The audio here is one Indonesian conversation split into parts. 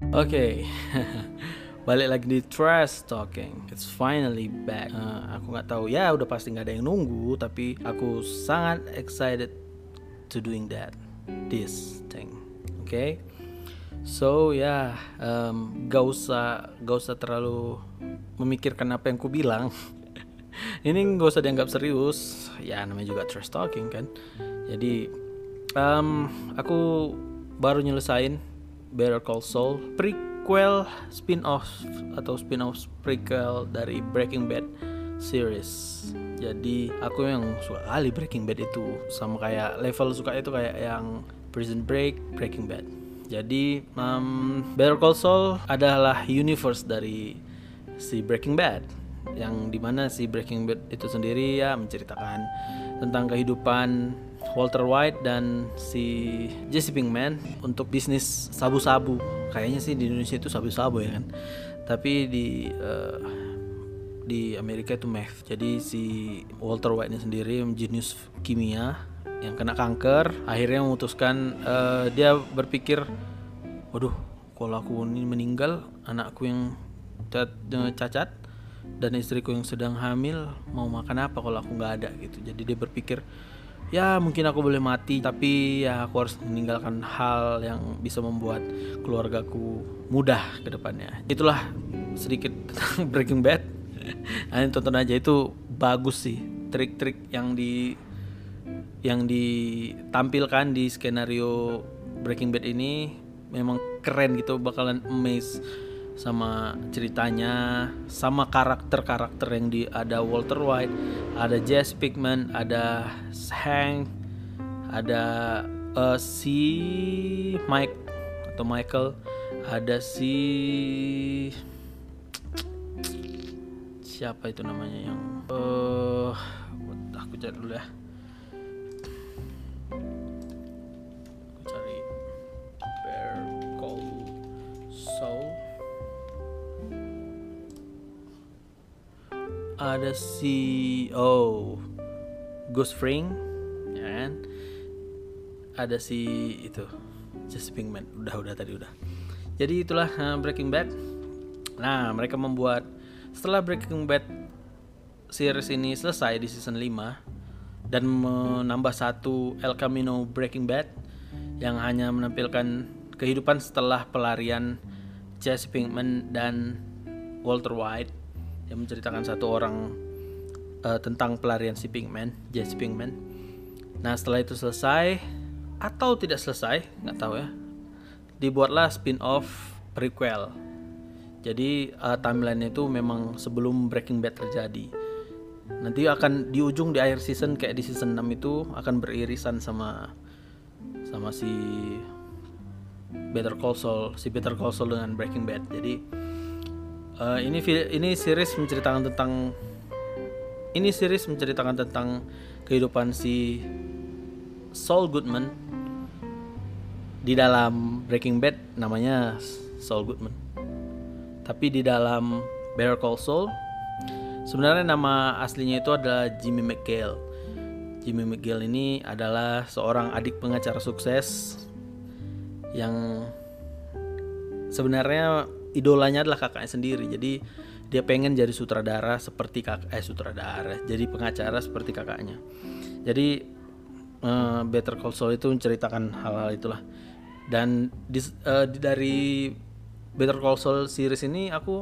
Oke, balik lagi di Trash Talking. It's finally back. Aku nggak tahu ya, udah pasti nggak ada yang nunggu, tapi aku sangat excited to doing this thing. Oke, so ya, gak usah terlalu memikirkan apa yang ku bilang. Ini gak usah dianggap serius. Ya namanya juga Trash Talking kan. Jadi aku baru nyelesain Better Call Saul, prequel, spin-off prequel dari Breaking Bad series. Jadi aku yang suka kali Breaking Bad itu, sama kayak level suka itu kayak yang Prison Break, Breaking Bad. Jadi Better Call Saul adalah universe dari si Breaking Bad, yang dimana si Breaking Bad itu sendiri ya menceritakan tentang kehidupan Walter White dan si Jesse Pinkman untuk bisnis sabu-sabu. Kayaknya sih di Indonesia itu sabu-sabu ya kan, tapi di Amerika itu meth. Jadi si Walter White ini sendiri jenius kimia yang kena kanker, akhirnya memutuskan, dia berpikir, waduh, kalau aku ini meninggal, anakku yang cacat dan istriku yang sedang hamil mau makan apa kalau aku nggak ada gitu. Jadi dia berpikir, ya mungkin aku boleh mati, tapi ya aku harus meninggalkan hal yang bisa membuat keluargaku mudah ke depannya. Itulah sedikit tentang Breaking Bad. Nah, tonton aja, itu bagus sih. Trik-trik yang ditampilkan di skenario Breaking Bad ini memang keren gitu, bakalan amazed sama ceritanya, sama karakter-karakter yang ada Walter White, ada Jesse Pinkman, ada Hank, ada si Mike atau Michael, ada si siapa itu namanya yang aku cari dulu ya. Aku cari Better Call Saul. Ada si Gus Fring, ya kan? Ada si itu Jesse Pinkman. Udah tadi udah. Jadi itulah Breaking Bad. Nah, mereka membuat, setelah Breaking Bad series ini selesai di season 5 dan menambah satu El Camino Breaking Bad yang hanya menampilkan kehidupan setelah pelarian Jesse Pinkman dan Walter White, yang menceritakan satu orang tentang pelarian si Pinkman, Jesse Pinkman. Nah, setelah itu selesai atau tidak selesai, nggak tahu ya, dibuatlah spin-off prequel. Jadi timeline itu memang sebelum Breaking Bad terjadi. Nanti akan di ujung, di akhir season, kayak di season 6 itu akan beririsan sama si Better Call Saul dengan Breaking Bad. Jadi ini series menceritakan tentang kehidupan si Saul Goodman. Di dalam Breaking Bad namanya Saul Goodman, tapi di dalam Better Call Saul sebenarnya nama aslinya itu adalah Jimmy McGill. Jimmy McGill ini adalah seorang adik pengacara sukses yang sebenarnya idolanya adalah kakaknya sendiri. Jadi dia pengen jadi jadi pengacara seperti kakaknya. Jadi Better Call Saul itu menceritakan hal-hal itulah. Dan dari Better Call Saul series ini aku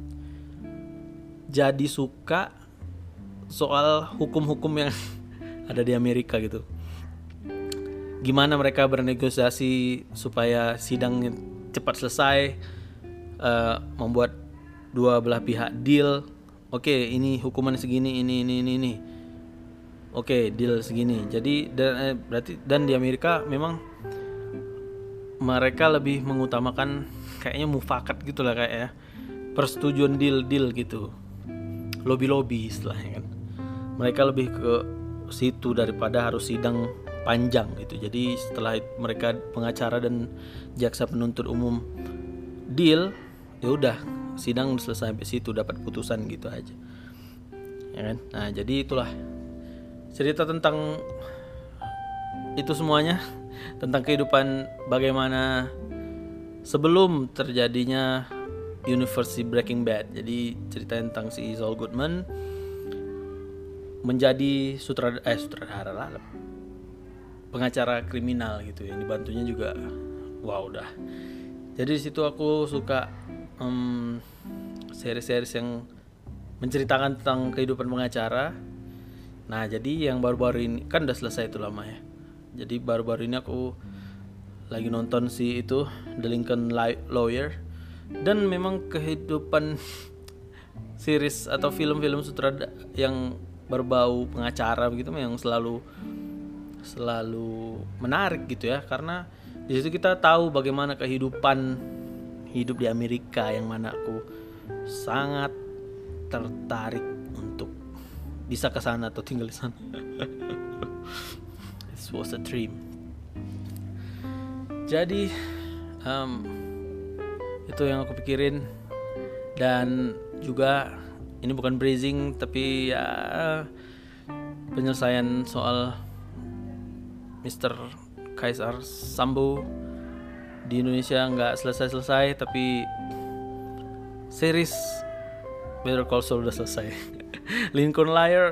jadi suka soal hukum-hukum yang ada di Amerika gitu. Gimana mereka bernegosiasi supaya sidang cepat selesai, membuat dua belah pihak deal. Oke, ini hukuman segini, ini. Oke, deal segini. Jadi berarti di Amerika memang mereka lebih mengutamakan kayaknya mufakat gitulah, kayak ya, persetujuan deal gitu, lobby istilahnya kan. Mereka lebih ke situ daripada harus sidang panjang gitu. Jadi setelah mereka pengacara dan jaksa penuntut umum deal, ya udah sidang selesai sampai situ, dapat putusan gitu aja, ya kan. Nah, jadi itulah cerita tentang itu semuanya, tentang kehidupan, bagaimana sebelum terjadinya universe Breaking Bad. Jadi cerita tentang si Saul Goodman menjadi sutradara lah, pengacara kriminal gitu, yang dibantunya juga wow dah. Jadi di situ aku suka series-series yang menceritakan tentang kehidupan pengacara. Nah jadi yang baru-baru ini kan udah selesai itu lama ya. Jadi baru-baru ini aku lagi nonton si itu The Lincoln Lawyer, dan memang kehidupan series atau film-film sutradara yang berbau pengacara begitu yang selalu menarik gitu ya, karena di situ kita tahu bagaimana kehidupan hidup di Amerika, yang mana aku sangat tertarik untuk bisa ke sana atau tinggal di sana. This was a dream. Jadi itu yang aku pikirin, dan juga ini bukan breezing tapi ya penyelesaian soal Mr. Kaisar Sambo di Indonesia nggak selesai, tapi series Better Call Saul udah selesai. Lincoln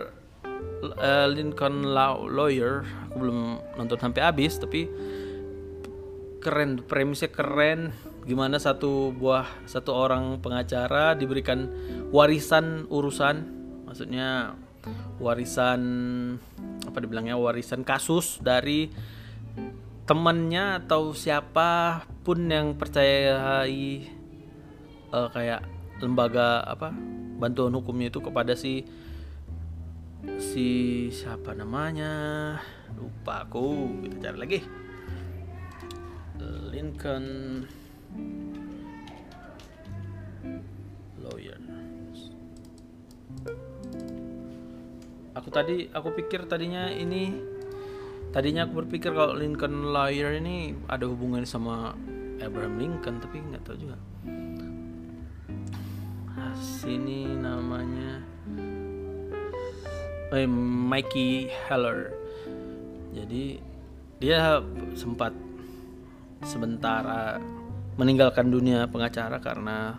Lawyer aku belum nonton sampai habis, tapi keren, premisnya keren. Gimana satu orang pengacara diberikan warisan urusan, maksudnya warisan apa dibilangnya, warisan kasus dari temannya atau siapapun yang percayai kayak lembaga apa bantuan hukumnya itu kepada si siapa namanya, lupa aku, kita cari lagi. Lincoln Lawyer. Aku berpikir kalau Lincoln Lawyer ini ada hubungan sama Abraham Lincoln, tapi nggak tahu juga. Sini namanya Mikey Heller. Jadi dia sempat sementara meninggalkan dunia pengacara karena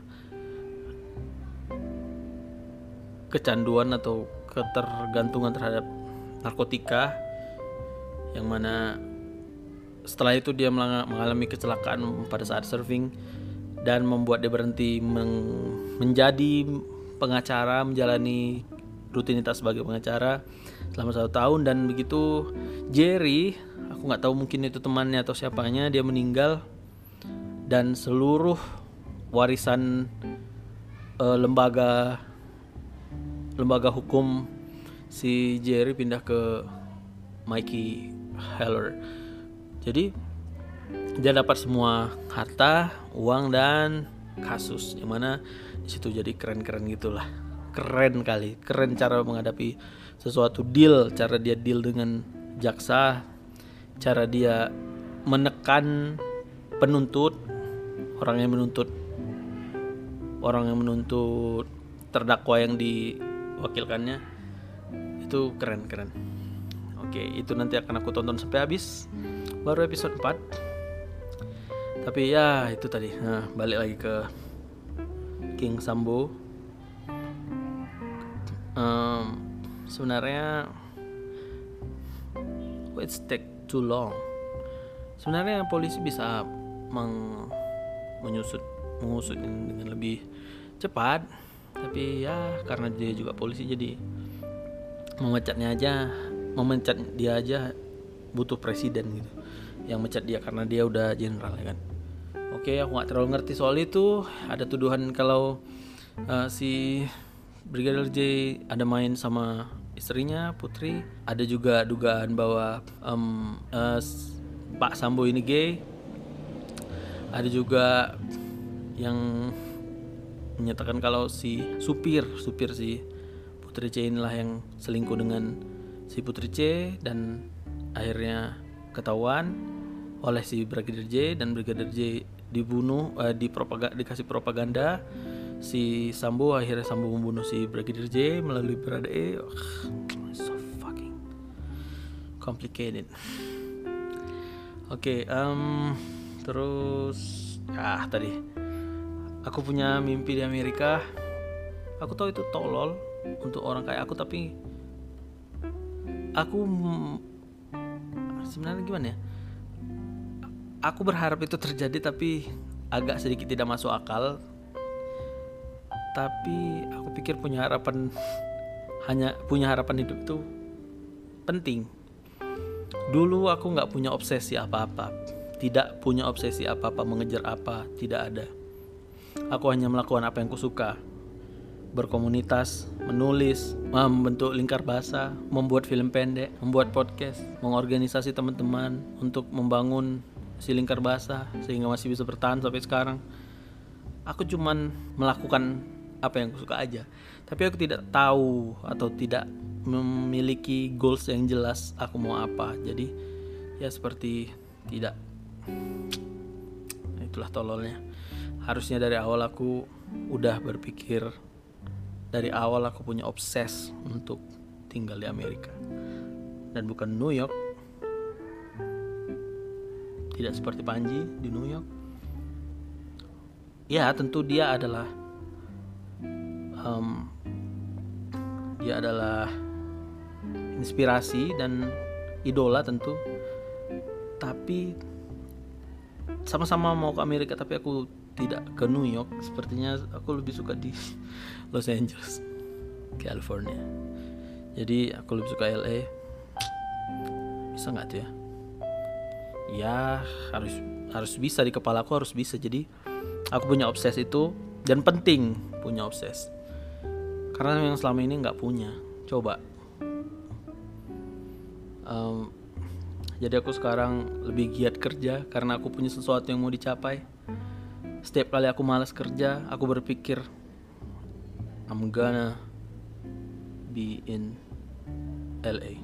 kecanduan atau ketergantungan terhadap narkotika, yang mana setelah itu dia mengalami kecelakaan pada saat surfing dan membuat dia berhenti menjadi pengacara, menjalani rutinitas sebagai pengacara selama 1 tahun. Dan begitu Jerry, aku nggak tahu mungkin itu temannya atau siapanya, dia meninggal dan seluruh warisan lembaga hukum si Jerry pindah ke Mikey Heller. Jadi dia dapat semua harta, uang dan kasus, yang mana di situ jadi keren gitulah. Keren cara menghadapi sesuatu deal, cara dia deal dengan jaksa, cara dia menekan penuntut, orang yang menuntut terdakwa yang diwakilkannya. Itu keren. Oke, itu nanti akan aku tonton sampai habis. Baru episode 4. Tapi ya itu tadi. Nah, balik lagi ke King Sambo. Sebenarnya it's take too long. Sebenarnya polisi bisa mengusut ini dengan lebih cepat, tapi ya karena dia juga polisi, jadi memecat dia aja butuh presiden gitu yang mecat dia karena dia udah jenderal ya kan. Oke, aku nggak terlalu ngerti soal itu. Ada tuduhan kalau si Brigadir J ada main sama istrinya Putri. Ada juga dugaan bahwa Pak Sambo ini gay. Ada juga yang menyatakan kalau si supir si Putri C inilah yang selingkuh dengan si Putri C, dan akhirnya ketahuan oleh si Brigadir J, dan Brigadir J dibunuh, dikasih propaganda si Sambo. Akhirnya Sambo membunuh si Brigadir J melalui Baradae. So fucking complicated. Oke, terus Tadi aku punya mimpi di Amerika. Aku tahu itu tolol untuk orang kayak aku, tapi aku sebenarnya gimana ya? Aku berharap itu terjadi, tapi agak sedikit tidak masuk akal. Tapi aku pikir punya harapan hidup itu penting. Dulu aku nggak punya obsesi apa-apa, tidak punya obsesi apa-apa, mengejar apa, tidak ada. Aku hanya melakukan apa yang kusuka, berkomunitas, menulis, membentuk lingkar bahasa, membuat film pendek, membuat podcast, mengorganisasi teman-teman untuk membangun si lingkar bahasa sehingga masih bisa bertahan sampai sekarang. Aku cuman melakukan apa yang kusuka aja, tapi aku tidak tahu atau tidak memiliki goals yang jelas aku mau apa. Jadi ya seperti tidak. Itulah tololnya. Harusnya dari awal aku udah berpikir, dari awal aku punya obses untuk tinggal di Amerika dan bukan New York. Tidak seperti Panji di New York. Ya tentu dia adalah inspirasi dan idola tentu. Tapi sama-sama mau ke Amerika, tapi aku tidak ke New York. Sepertinya aku lebih suka di Los Angeles, California. Jadi aku lebih suka LA. Bisa nggak tuh ya? Ya harus bisa, di kepala aku harus bisa. Jadi aku punya obses itu, dan penting punya obses, karena yang selama ini nggak punya. Coba jadi aku sekarang lebih giat kerja karena aku punya sesuatu yang mau dicapai. Setiap kali aku malas kerja, aku berpikir I'm gonna be in LA.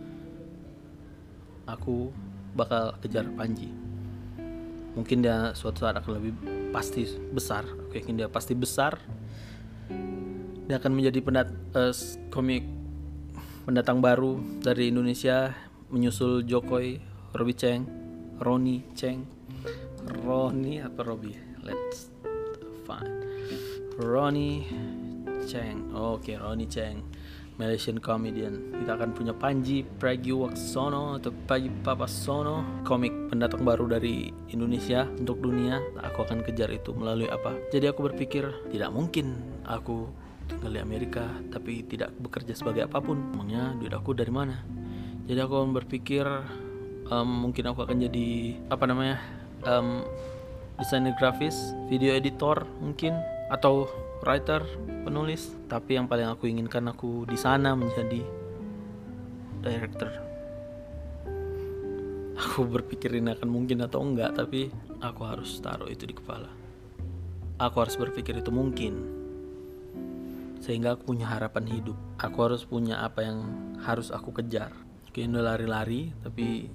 Aku bakal kejar Panji. Mungkin dia suatu saat akan lebih pasti besar. Aku yakin dia pasti besar. Dia akan menjadi komik pendatang baru dari Indonesia, menyusul Jokowi, Robby Cheng, Ronnie Cheng, Ronnie atau Robby? Let's find Ronnie Cheng. Oke, Ronnie Cheng, Malaysian comedian. Kita akan punya Panji Pragiwaksono atau Panji Papasono, komik pendatang baru dari Indonesia untuk dunia. Aku akan kejar itu melalui apa? Jadi aku berpikir tidak mungkin aku tinggal di Amerika tapi tidak bekerja sebagai apapun. Emangnya duit aku dari mana? Jadi aku berpikir mungkin aku akan jadi desainer grafis, video editor mungkin, atau writer, penulis. Tapi yang paling aku inginkan, aku di sana menjadi director. Aku berpikir ini akan mungkin atau enggak, tapi aku harus taruh itu di kepala. Aku harus berpikir itu mungkin, sehingga aku punya harapan hidup. Aku harus punya apa yang harus aku kejar. Kayaknya udah lari-lari, tapi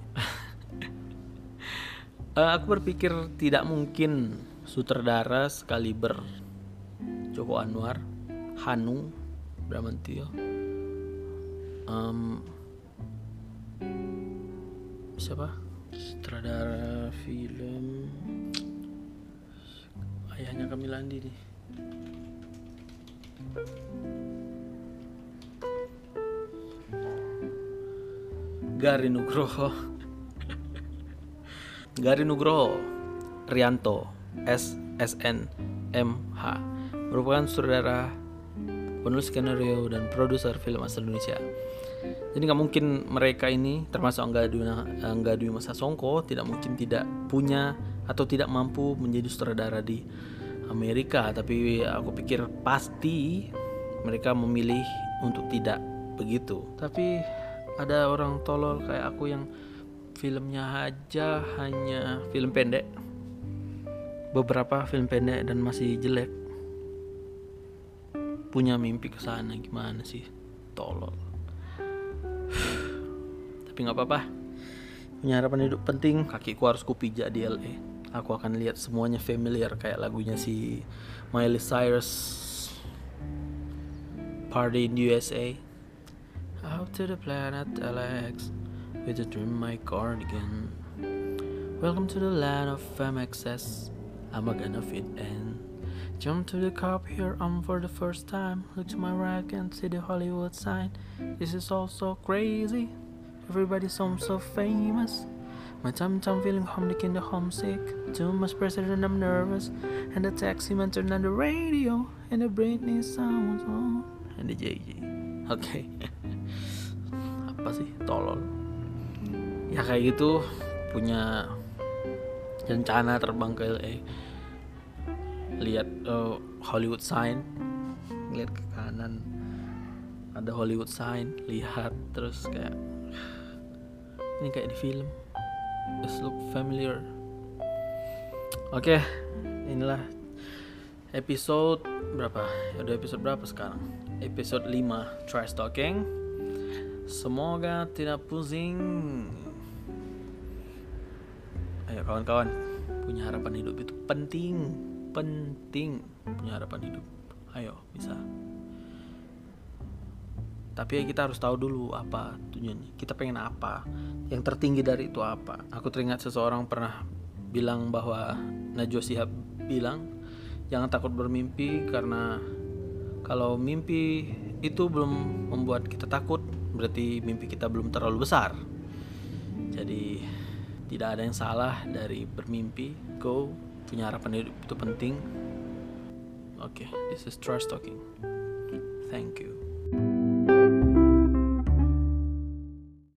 aku berpikir tidak mungkin sutradara sekaliber Joko Anwar, Hanung Bramantio, siapa? Sutradara film ayahnya Kamila Andi nih. Gari Nugroho Rianto SSNMH merupakan sutradara, penulis skenario dan produser film asal Indonesia. Jadi nggak mungkin mereka ini, termasuk Angga Dwi Masa Songko, tidak mungkin tidak punya atau tidak mampu menjadi sutradara di Amerika. Tapi aku pikir pasti mereka memilih untuk tidak begitu. Tapi ada orang tolol kayak aku yang filmnya aja hanya film pendek, beberapa film pendek, dan masih jelek. Punya mimpi ke sana, gimana sih? Tolol. Tapi nggak apa-apa. Punya harapan hidup penting. Kakiku harus kupijak di LA. Aku akan lihat semuanya familiar, kayak lagunya si Miley Cyrus, Party in USA. Out to the planet LX with a dream my cardigan. Welcome to the land of MXS. I'm gonna fit in. Jump to the cop, here I'm for the first time. Look to my right and see the Hollywood sign. This is all so crazy. Everybody sounds so famous. My time feeling homesick in the homesick. Too much pressure and I'm nervous. And the taxi man turned on the radio. And the Britney sounds on. And the JJ. Oke. Apa sih? Tolol. Ya kayak gitu. Punya rencana terbang ke LA. Lihat Hollywood sign. Lihat ke kanan. Ada Hollywood sign. Lihat. Terus kayak ini kayak di film. This look familiar. Oke, inilah episode berapa? Udah episode berapa sekarang? Episode 5 Trash Talking. Semoga tidak pusing. Ayo kawan-kawan, punya harapan hidup itu penting. Punya harapan hidup. Ayo, bisa. Tapi kita harus tahu dulu apa tujuannya. Kita pengen apa? Yang tertinggi dari itu apa? Aku teringat seseorang pernah bilang bahwa Najwa Shihab bilang, jangan takut bermimpi, karena kalau mimpi itu belum membuat kita takut, berarti mimpi kita belum terlalu besar. Jadi tidak ada yang salah dari bermimpi. Go, punya harapan hidup itu penting. Oke, this is Trash Talking. Thank you.